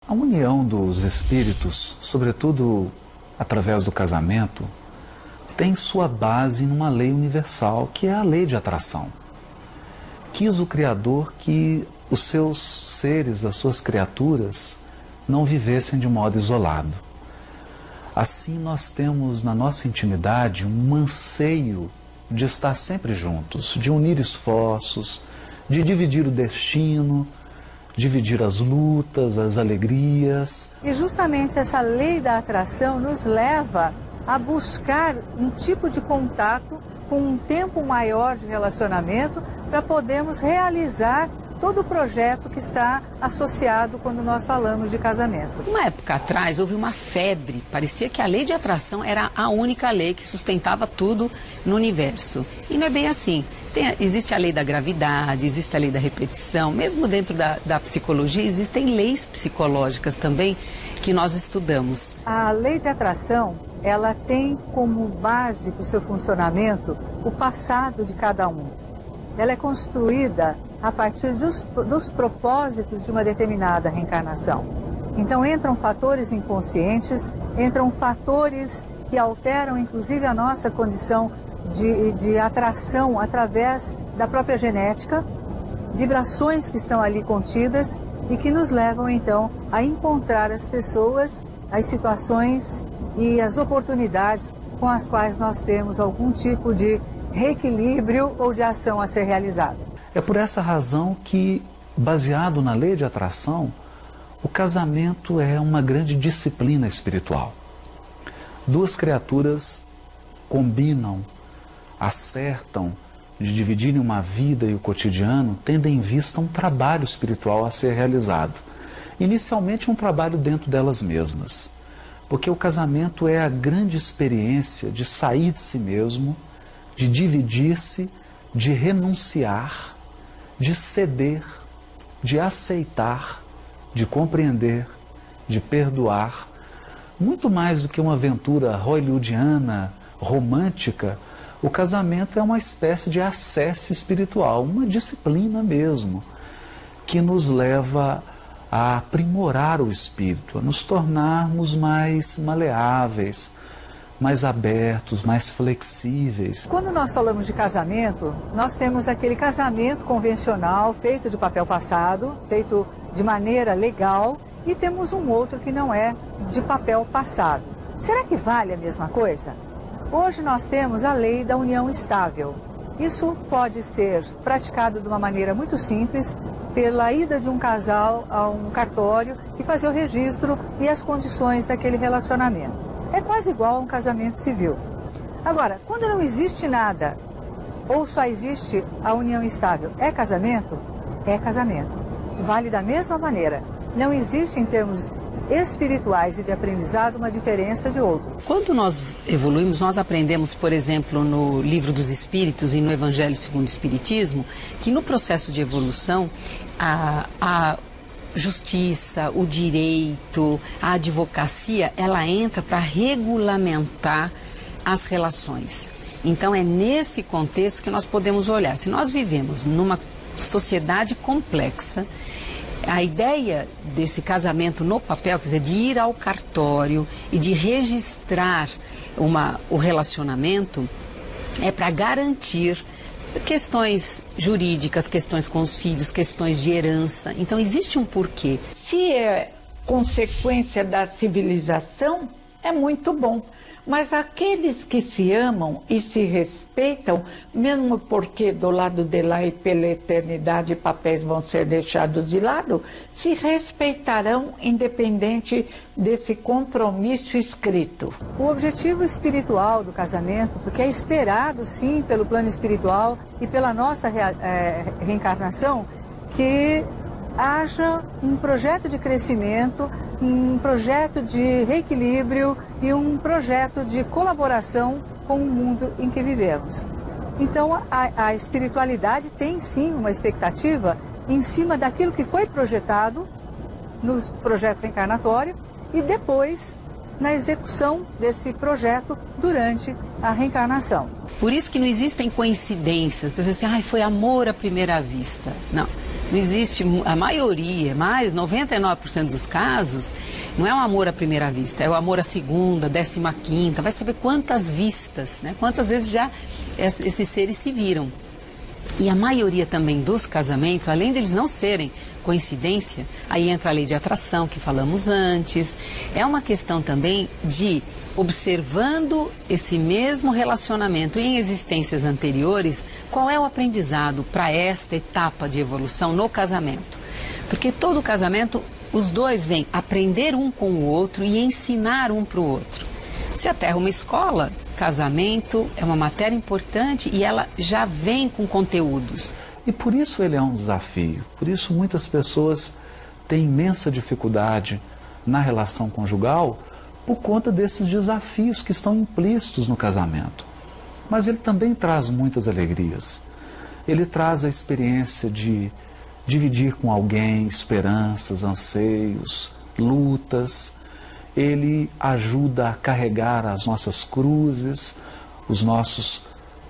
A união dos espíritos, sobretudo através do casamento, tem sua base numa lei universal, que é a lei de atração. Quis o Criador que os seus seres, as suas criaturas, não vivessem de modo isolado. Assim nós temos na nossa intimidade um anseio de estar sempre juntos, de unir esforços, de dividir o destino, dividir as lutas, as alegrias. E justamente essa lei da atração nos leva a buscar um tipo de contato com um tempo maior de relacionamento para podermos realizar todo o projeto que está associado quando nós falamos de casamento. Uma época atrás houve uma febre, parecia que a lei de atração era a única lei que sustentava tudo no universo. E não é bem assim. Existe a lei da gravidade, existe a lei da repetição, mesmo dentro da psicologia existem leis psicológicas também que nós estudamos. A lei de atração, ela tem como base para o seu funcionamento o passado de cada um. Ela é construída a partir dos propósitos de uma determinada reencarnação. Então entram fatores inconscientes, entram fatores que alteram inclusive a nossa condição de atração através da própria genética, vibrações que estão ali contidas e que nos levam então a encontrar as pessoas, as situações e as oportunidades com as quais nós temos algum tipo de reequilíbrio ou de ação a ser realizada. É por essa razão que, baseado na lei de atração, o casamento é uma grande disciplina espiritual. Duas criaturas combinam, acertam de dividirem uma vida e o cotidiano, tendo em vista um trabalho espiritual a ser realizado. Inicialmente um trabalho dentro delas mesmas, porque o casamento é a grande experiência de sair de si mesmo, de dividir-se, de renunciar, de ceder, de aceitar, de compreender, de perdoar. Muito mais do que uma aventura hollywoodiana, romântica, o casamento é uma espécie de acesso espiritual, uma disciplina mesmo, que nos leva a aprimorar o espírito, a nos tornarmos mais maleáveis, mais abertos, mais flexíveis. Quando nós falamos de casamento, nós temos aquele casamento convencional, feito de papel passado, feito de maneira legal, e temos um outro que não é de papel passado. Será que vale a mesma coisa? Hoje nós temos a lei da união estável. Isso pode ser praticado de uma maneira muito simples, pela ida de um casal a um cartório e fazer o registro e as condições daquele relacionamento. É quase igual a um casamento civil. Agora, quando não existe nada, ou só existe a união estável, é casamento? É casamento. Vale da mesma maneira. Não existe em termos espirituais e de aprendizado uma diferença de outro. Quando nós evoluímos, nós aprendemos, por exemplo, no Livro dos Espíritos e no Evangelho segundo o Espiritismo, que no processo de evolução, a justiça, o direito, a advocacia, ela entra para regulamentar as relações. Então é nesse contexto que nós podemos olhar. Se nós vivemos numa sociedade complexa, a ideia desse casamento no papel, quer dizer, de ir ao cartório e de registrar o relacionamento, é para garantir questões jurídicas, questões com os filhos, questões de herança. Então existe um porquê. Se é consequência da civilização, é muito bom. Mas aqueles que se amam e se respeitam, mesmo porque do lado de lá e pela eternidade papéis vão ser deixados de lado, se respeitarão independente desse compromisso escrito. O objetivo espiritual do casamento, porque é esperado sim pelo plano espiritual e pela nossa reencarnação, que haja um projeto de crescimento, um projeto de reequilíbrio e um projeto de colaboração com o mundo em que vivemos. Então, a espiritualidade tem sim uma expectativa em cima daquilo que foi projetado no projeto reencarnatório e depois na execução desse projeto durante a reencarnação. Por isso que não existem coincidências, por exemplo, assim, foi amor à primeira vista. Não. Não existe, a maioria, mais 99% dos casos, não é um amor à primeira vista, é o amor à segunda, 15ª, vai saber quantas vistas, né? Quantas vezes já esses seres se viram. E a maioria também dos casamentos, além deles não serem coincidência, aí entra a lei de atração que falamos antes, é uma questão também de, observando esse mesmo relacionamento em existências anteriores, qual é o aprendizado para esta etapa de evolução no casamento? Porque todo casamento, os dois vêm aprender um com o outro e ensinar um para o outro. Se a Terra é uma escola, casamento é uma matéria importante e ela já vem com conteúdos. E por isso ele é um desafio, por isso muitas pessoas têm imensa dificuldade na relação conjugal, por conta desses desafios que estão implícitos no casamento. Mas ele também traz muitas alegrias. Ele traz a experiência de dividir com alguém esperanças, anseios, lutas. Ele ajuda a carregar as nossas cruzes, os nossos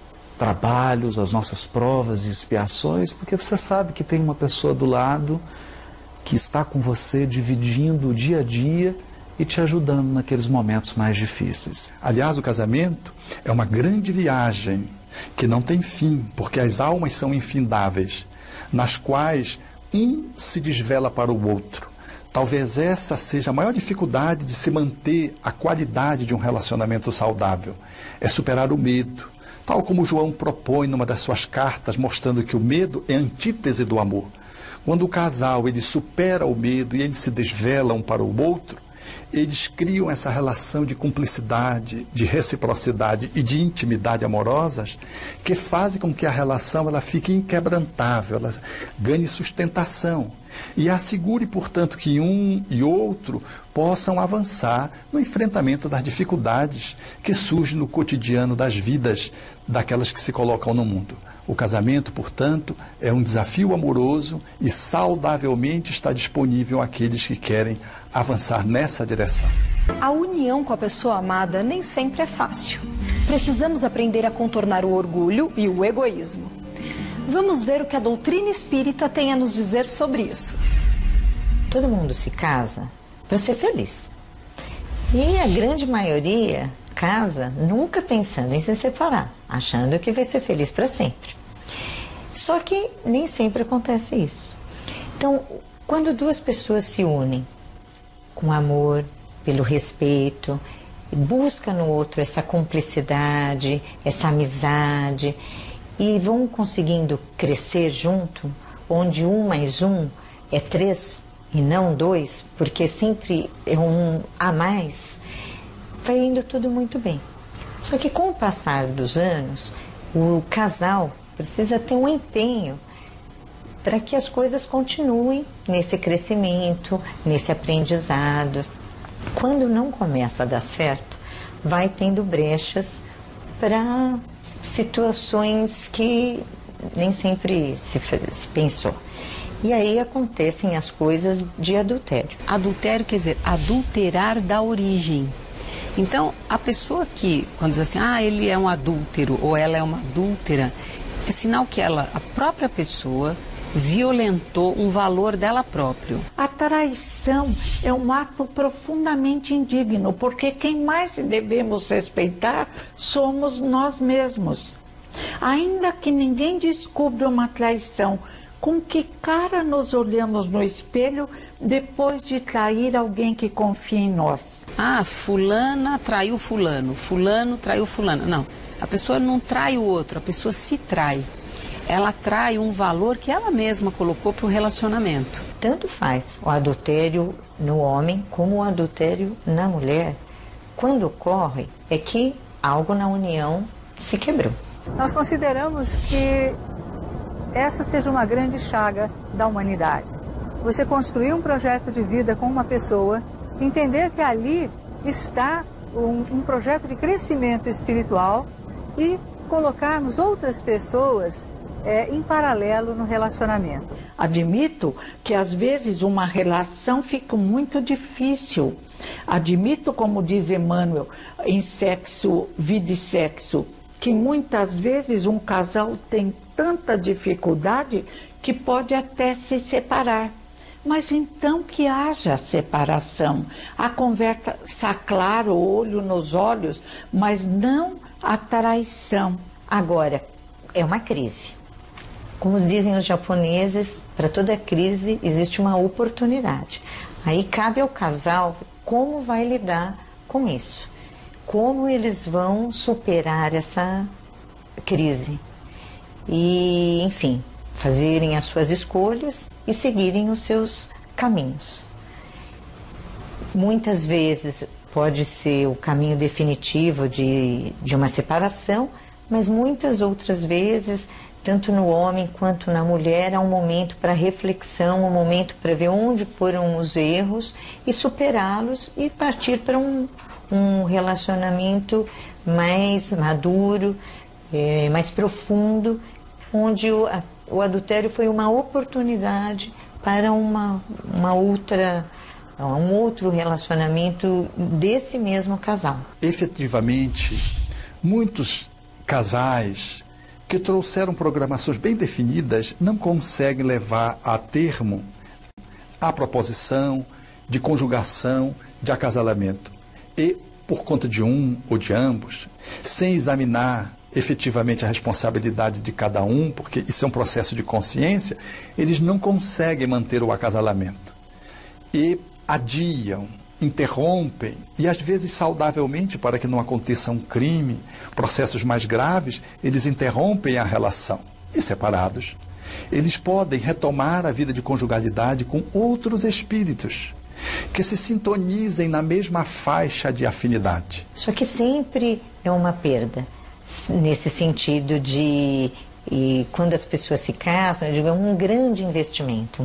trabalhos, as nossas provas e expiações, porque você sabe que tem uma pessoa do lado que está com você dividindo o dia a dia e te ajudando naqueles momentos mais difíceis. Aliás, o casamento é uma grande viagem que não tem fim, porque as almas são infindáveis, nas quais um se desvela para o outro. Talvez essa seja a maior dificuldade de se manter a qualidade de um relacionamento saudável. É superar o medo, tal como João propõe numa das suas cartas, mostrando que o medo é a antítese do amor. Quando o casal ele supera o medo e eles se desvelam para o outro, eles criam essa relação de cumplicidade, de reciprocidade e de intimidade amorosas que fazem com que a relação ela fique inquebrantável, ela ganhe sustentação e assegure, portanto, que um e outro possam avançar no enfrentamento das dificuldades que surgem no cotidiano das vidas daquelas que se colocam no mundo. O casamento, portanto, é um desafio amoroso e saudavelmente está disponível àqueles que querem avançar nessa direção. A união com a pessoa amada nem sempre é fácil. Precisamos aprender a contornar o orgulho e o egoísmo. Vamos ver o que a doutrina espírita tem a nos dizer sobre isso. Todo mundo se casa para ser feliz. E a grande maioria casa nunca pensando em se separar, achando que vai ser feliz para sempre. Só que nem sempre acontece isso. Então, quando duas pessoas se unem com amor, pelo respeito, buscam no outro essa cumplicidade, essa amizade, e vão conseguindo crescer junto, onde 1 mais 1 é 3 e não 2, porque sempre é um a mais, vai indo tudo muito bem. Só que com o passar dos anos, o casal precisa ter um empenho para que as coisas continuem nesse crescimento, nesse aprendizado. Quando não começa a dar certo, vai tendo brechas para situações que nem sempre se pensou. E aí acontecem as coisas de adultério. Adultério quer dizer adulterar da origem. Então, a pessoa que, quando diz assim, ele é um adúltero ou ela é uma adúltera, é sinal que ela, a própria pessoa, violentou um valor dela próprio. A traição é um ato profundamente indigno, porque quem mais devemos respeitar somos nós mesmos. Ainda que ninguém descubra uma traição, com que cara nos olhamos no espelho depois de trair alguém que confia em nós? Fulana traiu fulano, fulano traiu fulana. Não, a pessoa não trai o outro, a pessoa se trai. Ela trai um valor que ela mesma colocou para o relacionamento. Tanto faz o adultério no homem como o adultério na mulher. Quando ocorre, é que algo na união se quebrou. Nós consideramos que essa seja uma grande chaga da humanidade. Você construir um projeto de vida com uma pessoa, entender que ali está um projeto de crescimento espiritual e colocarmos outras pessoas em paralelo no relacionamento. Admito que às vezes uma relação fica muito difícil. Admito, como diz Emmanuel, em Sexo, Vida e Sexo, que muitas vezes um casal tem tanta dificuldade que pode até se separar. Mas então que haja separação, a conversa clara, o olho nos olhos, mas não a traição. Agora, é uma crise. Como dizem os japoneses, para toda crise existe uma oportunidade. Aí cabe ao casal como vai lidar com isso. Como eles vão superar essa crise. E, enfim, fazerem as suas escolhas e seguirem os seus caminhos. Muitas vezes pode ser o caminho definitivo de uma separação, mas muitas outras vezes, tanto no homem quanto na mulher, há um momento para reflexão, um momento para ver onde foram os erros e superá-los e partir para um relacionamento mais maduro, mais profundo, onde o adultério foi uma oportunidade para um outro relacionamento desse mesmo casal. Efetivamente, muitos casais que trouxeram programações bem definidas não conseguem levar a termo a proposição de conjugação, de acasalamento. E, por conta de um ou de ambos, sem examinar efetivamente a responsabilidade de cada um, porque isso é um processo de consciência, eles não conseguem manter o acasalamento. E adiam, interrompem, e às vezes saudavelmente, para que não aconteça um crime, processos mais graves, eles interrompem a relação. E separados, eles podem retomar a vida de conjugalidade com outros espíritos, que se sintonizem na mesma faixa de afinidade. Só que sempre é uma perda, nesse sentido de... E quando as pessoas se casam, eu digo, é um grande investimento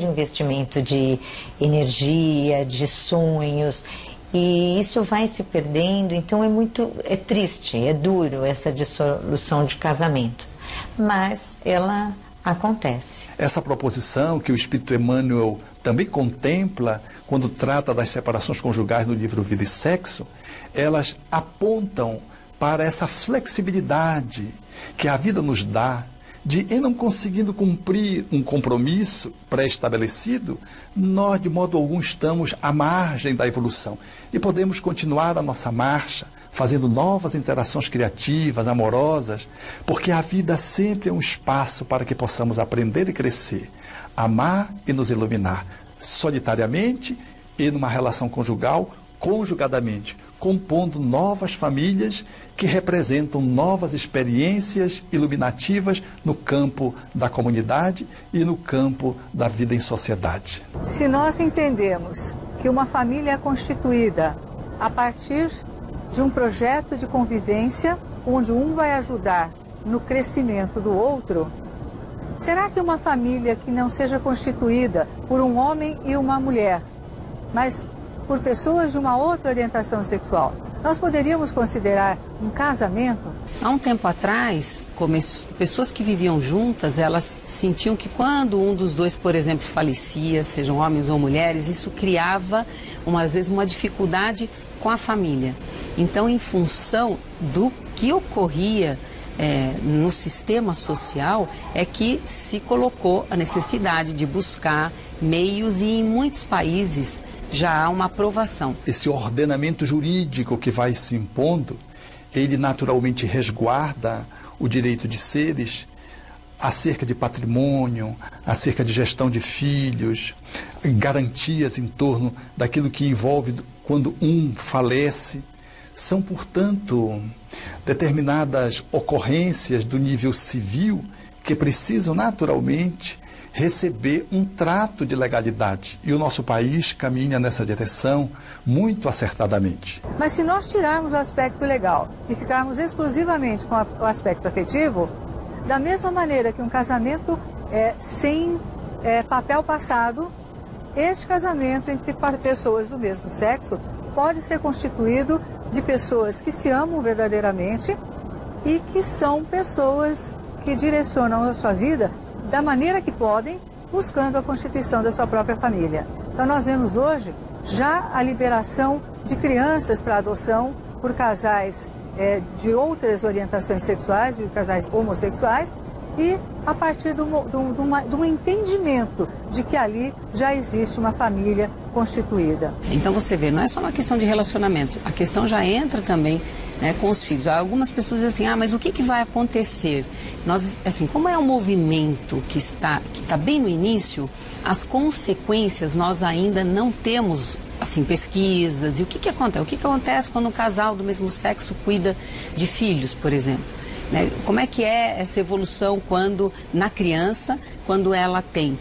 de energia, de sonhos, e isso vai se perdendo, então é triste, é duro essa dissolução de casamento, mas ela acontece. Essa proposição que o Espírito Emmanuel também contempla quando trata das separações conjugais no livro Vida e Sexo, elas apontam para essa flexibilidade que a vida nos dá, de em não conseguindo cumprir um compromisso pré-estabelecido, nós de modo algum estamos à margem da evolução e podemos continuar a nossa marcha, fazendo novas interações criativas, amorosas, porque a vida sempre é um espaço para que possamos aprender e crescer, amar e nos iluminar, solitariamente e numa relação conjugal, conjugadamente, compondo novas famílias que representam novas experiências iluminativas no campo da comunidade e no campo da vida em sociedade. Se nós entendemos que uma família é constituída a partir de um projeto de convivência, onde um vai ajudar no crescimento do outro, será que uma família que não seja constituída por um homem e uma mulher, mas por pessoas de uma outra orientação sexual, nós poderíamos considerar um casamento? Há um tempo atrás, pessoas que viviam juntas, elas sentiam que quando um dos dois, por exemplo, falecia, sejam homens ou mulheres, isso criava, às vezes, uma dificuldade com a família. Então, em função do que ocorria no sistema social, é que se colocou a necessidade de buscar meios, e em muitos países já há uma aprovação. Esse ordenamento jurídico que vai se impondo, ele naturalmente resguarda o direito de seres acerca de patrimônio, acerca de gestão de filhos, garantias em torno daquilo que envolve quando um falece. São, portanto, determinadas ocorrências do nível civil que precisam naturalmente receber um trato de legalidade. E o nosso país caminha nessa direção muito acertadamente. Mas se nós tirarmos o aspecto legal e ficarmos exclusivamente com o aspecto afetivo, da mesma maneira que um casamento sem papel passado, este casamento entre pessoas do mesmo sexo pode ser constituído de pessoas que se amam verdadeiramente e que são pessoas que direcionam a sua vida da maneira que podem, buscando a constituição da sua própria família. Então nós vemos hoje já a liberação de crianças para adoção por casais de outras orientações sexuais, de casais homossexuais, e a partir de um entendimento de que ali já existe uma família constituída. Então você vê, não é só uma questão de relacionamento, a questão já entra também, né, com os filhos. Algumas pessoas dizem assim, mas o que vai acontecer? Nós, assim, como é um movimento que está bem no início, as consequências nós ainda não temos, assim, pesquisas. E o que acontece? O que acontece quando um casal do mesmo sexo cuida de filhos, por exemplo? Né? Como é que é essa evolução quando, na criança, quando ela tem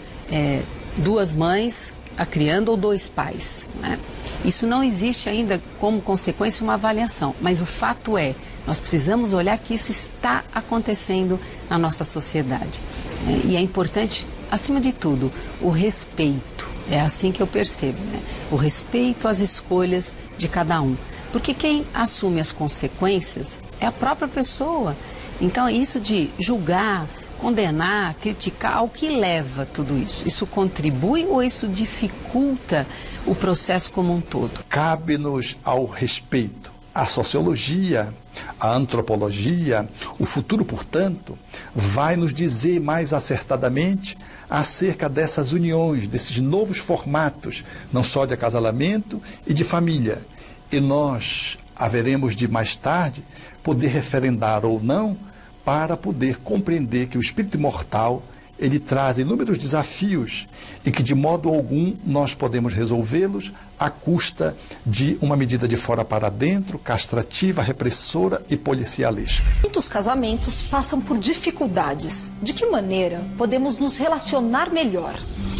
duas mães a criando ou dois pais, né? Isso não existe ainda como consequência uma avaliação, mas o fato é, nós precisamos olhar que isso está acontecendo na nossa sociedade. E é importante, acima de tudo, o respeito. É assim que eu percebo, né? O respeito às escolhas de cada um. Porque quem assume as consequências é a própria pessoa. Então, isso de julgar, condenar, criticar, ao que leva tudo isso? Isso contribui ou isso dificulta o processo como um todo? Cabe-nos ao respeito. A sociologia, a antropologia, o futuro, portanto, vai nos dizer mais acertadamente acerca dessas uniões, desses novos formatos, não só de acasalamento e de família. E nós haveremos de, mais tarde, poder referendar ou não, para poder compreender que o espírito imortal, ele traz inúmeros desafios e que de modo algum nós podemos resolvê-los à custa de uma medida de fora para dentro, castrativa, repressora e policialesca. Muitos casamentos passam por dificuldades. De que maneira podemos nos relacionar melhor?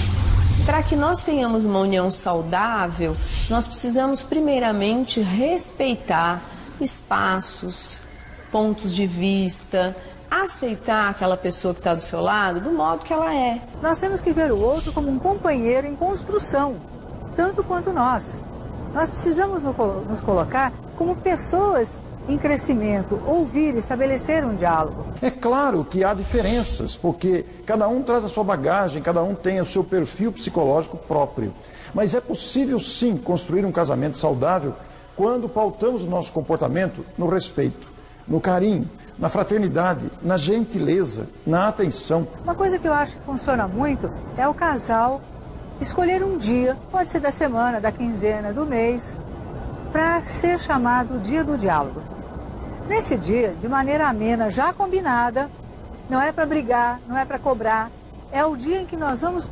Para que nós tenhamos uma união saudável, nós precisamos primeiramente respeitar espaços, pontos de vista, aceitar aquela pessoa que está do seu lado do modo que ela é. Nós temos que ver o outro como um companheiro em construção, tanto quanto nós. Nós precisamos nos colocar como pessoas em crescimento, ouvir, estabelecer um diálogo. É claro que há diferenças, porque cada um traz a sua bagagem, cada um tem o seu perfil psicológico próprio. Mas é possível sim construir um casamento saudável quando pautamos o nosso comportamento no respeito, no carinho, na fraternidade, na gentileza, na atenção. Uma coisa que eu acho que funciona muito é o casal escolher um dia, pode ser da semana, da quinzena, do mês, para ser chamado Dia do Diálogo. Nesse dia, de maneira amena, já combinada, não é para brigar, não é para cobrar, é o dia em que nós vamos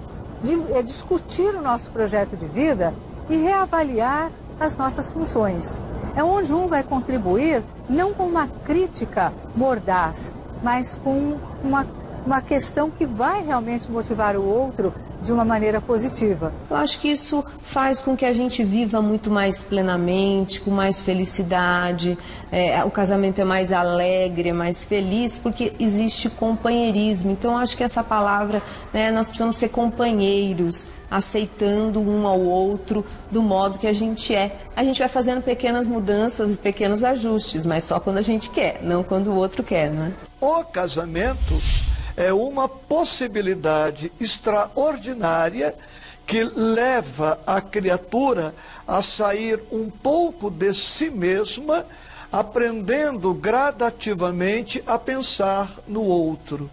discutir o nosso projeto de vida e reavaliar as nossas funções. É onde um vai contribuir, não com uma crítica mordaz, mas com uma questão que vai realmente motivar o outro de uma maneira positiva. Eu acho que isso faz com que a gente viva muito mais plenamente, com mais felicidade, o casamento é mais alegre, é mais feliz, porque existe companheirismo. Então, eu acho que essa palavra, né, nós precisamos ser companheiros, aceitando um ao outro do modo que a gente é. A gente vai fazendo pequenas mudanças e pequenos ajustes, mas só quando a gente quer, não quando o outro quer, né? O casamento é uma possibilidade extraordinária que leva a criatura a sair um pouco de si mesma, aprendendo gradativamente a pensar no outro.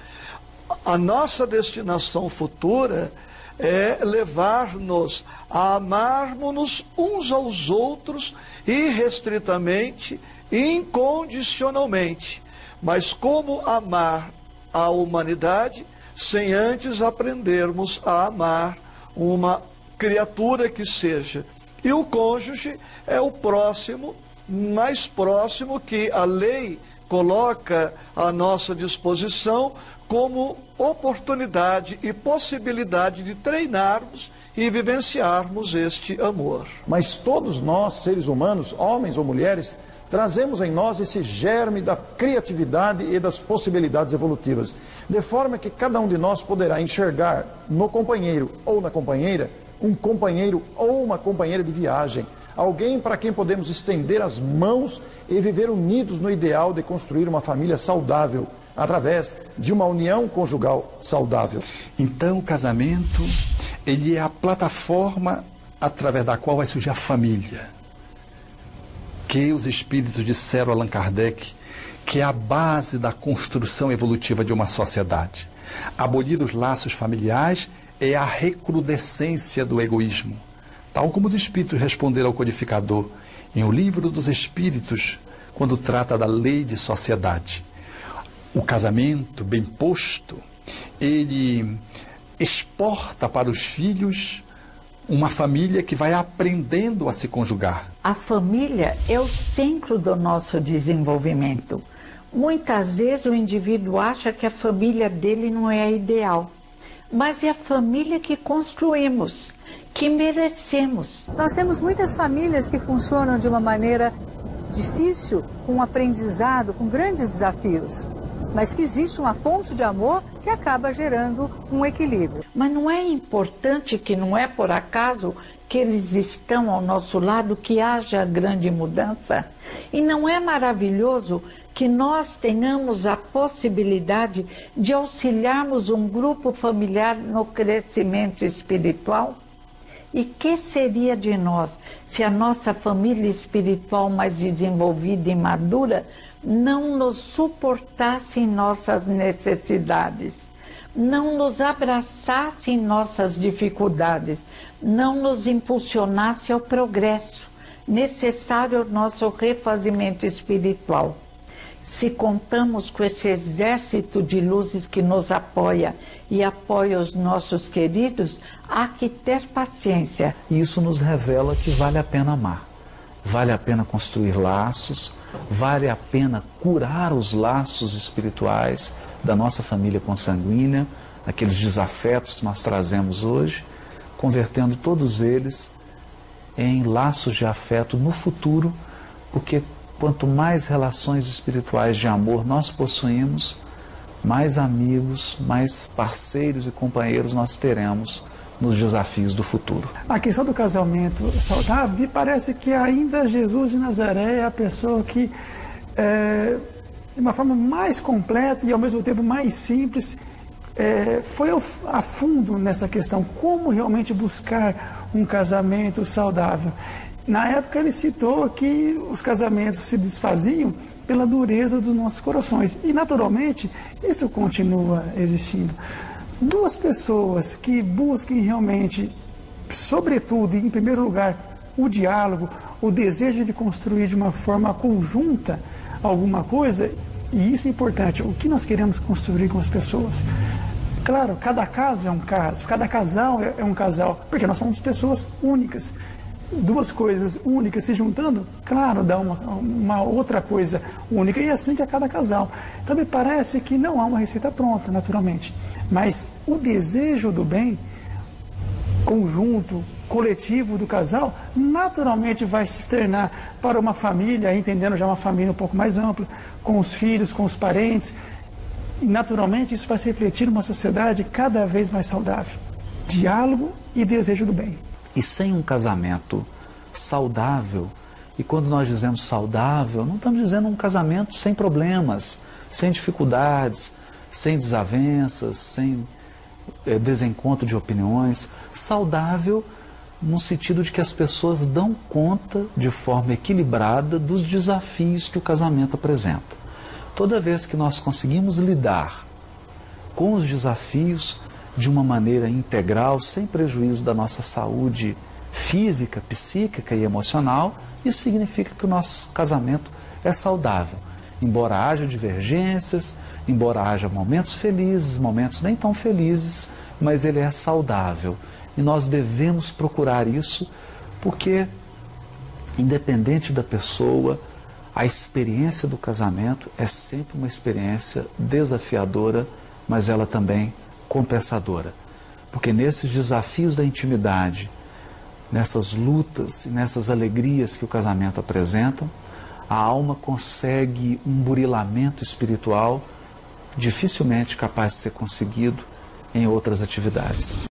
A nossa destinação futura é levar-nos a amarmos-nos uns aos outros irrestritamente, incondicionalmente. Mas como amar a humanidade sem antes aprendermos a amar uma criatura que seja? E o cônjuge é o próximo, mais próximo, que a lei coloca à nossa disposição como oportunidade e possibilidade de treinarmos e vivenciarmos este amor. Mas todos nós, seres humanos, homens ou mulheres, trazemos em nós esse germe da criatividade e das possibilidades evolutivas, de forma que cada um de nós poderá enxergar no companheiro ou na companheira um companheiro ou uma companheira de viagem, alguém para quem podemos estender as mãos e viver unidos no ideal de construir uma família saudável, através de uma união conjugal saudável. Então, o casamento, ele é a plataforma através da qual vai surgir a família. Que os espíritos disseram a Allan Kardec que é a base da construção evolutiva de uma sociedade. Abolir os laços familiares é a recrudescência do egoísmo, tal como os espíritos responderam ao codificador em O Livro dos Espíritos, quando trata da lei de sociedade. O casamento, bem posto, ele exporta para os filhos uma família que vai aprendendo a se conjugar. A família é o centro do nosso desenvolvimento. Muitas vezes o indivíduo acha que a família dele não é a ideal, mas é a família que construímos, que merecemos. Nós temos muitas famílias que funcionam de uma maneira difícil, com um aprendizado, com grandes desafios, mas que existe uma fonte de amor que acaba gerando um equilíbrio. Mas não é importante que não é por acaso que eles estão ao nosso lado que haja grande mudança? E não é maravilhoso que nós tenhamos a possibilidade de auxiliarmos um grupo familiar no crescimento espiritual? E que seria de nós se a nossa família espiritual mais desenvolvida e madura não nos suportasse em nossas necessidades, não nos abraçasse em nossas dificuldades, não nos impulsionasse ao progresso necessário ao nosso refazimento espiritual? Se contamos com esse exército de luzes que nos apoia e apoia os nossos queridos, há que ter paciência. E isso nos revela que vale a pena amar, vale a pena construir laços, vale a pena curar os laços espirituais da nossa família consanguínea, aqueles desafetos que nós trazemos hoje, convertendo todos eles em laços de afeto no futuro, porque quanto mais relações espirituais de amor nós possuímos, mais amigos, mais parceiros e companheiros nós teremos nos desafios do futuro. A questão do casamento saudável, me parece que ainda Jesus de Nazaré é a pessoa que, de uma forma mais completa e ao mesmo tempo mais simples, foi a fundo nessa questão, como realmente buscar um casamento saudável. Na época ele citou que os casamentos se desfaziam pela dureza dos nossos corações. E naturalmente isso continua existindo. Duas pessoas que busquem realmente, sobretudo e em primeiro lugar, o diálogo, o desejo de construir de uma forma conjunta alguma coisa, e isso é importante, o que nós queremos construir com as pessoas. Claro, cada caso é um caso, cada casal é um casal, porque nós somos pessoas únicas. Duas coisas únicas se juntando, claro, dá uma outra coisa única, e assim que é cada casal. Então me parece que não há uma receita pronta, naturalmente, mas o desejo do bem conjunto, coletivo do casal, naturalmente vai se externar para uma família, entendendo já uma família um pouco mais ampla, com os filhos, com os parentes, e naturalmente isso vai se refletir numa sociedade cada vez mais saudável. Diálogo e desejo do bem. E sem um casamento saudável, e quando nós dizemos saudável, não estamos dizendo um casamento sem problemas, sem dificuldades, sem desavenças, sem desencontro de opiniões. Saudável no sentido de que as pessoas dão conta de forma equilibrada dos desafios que o casamento apresenta. Toda vez que nós conseguimos lidar com os desafios de uma maneira integral, sem prejuízo da nossa saúde física, psíquica e emocional, isso significa que o nosso casamento é saudável. Embora haja divergências, embora haja momentos felizes, momentos nem tão felizes, mas ele é saudável. E nós devemos procurar isso, porque, independente da pessoa, a experiência do casamento é sempre uma experiência desafiadora, mas ela também compensadora, porque nesses desafios da intimidade, nessas lutas e nessas alegrias que o casamento apresenta, a alma consegue um burilamento espiritual dificilmente capaz de ser conseguido em outras atividades.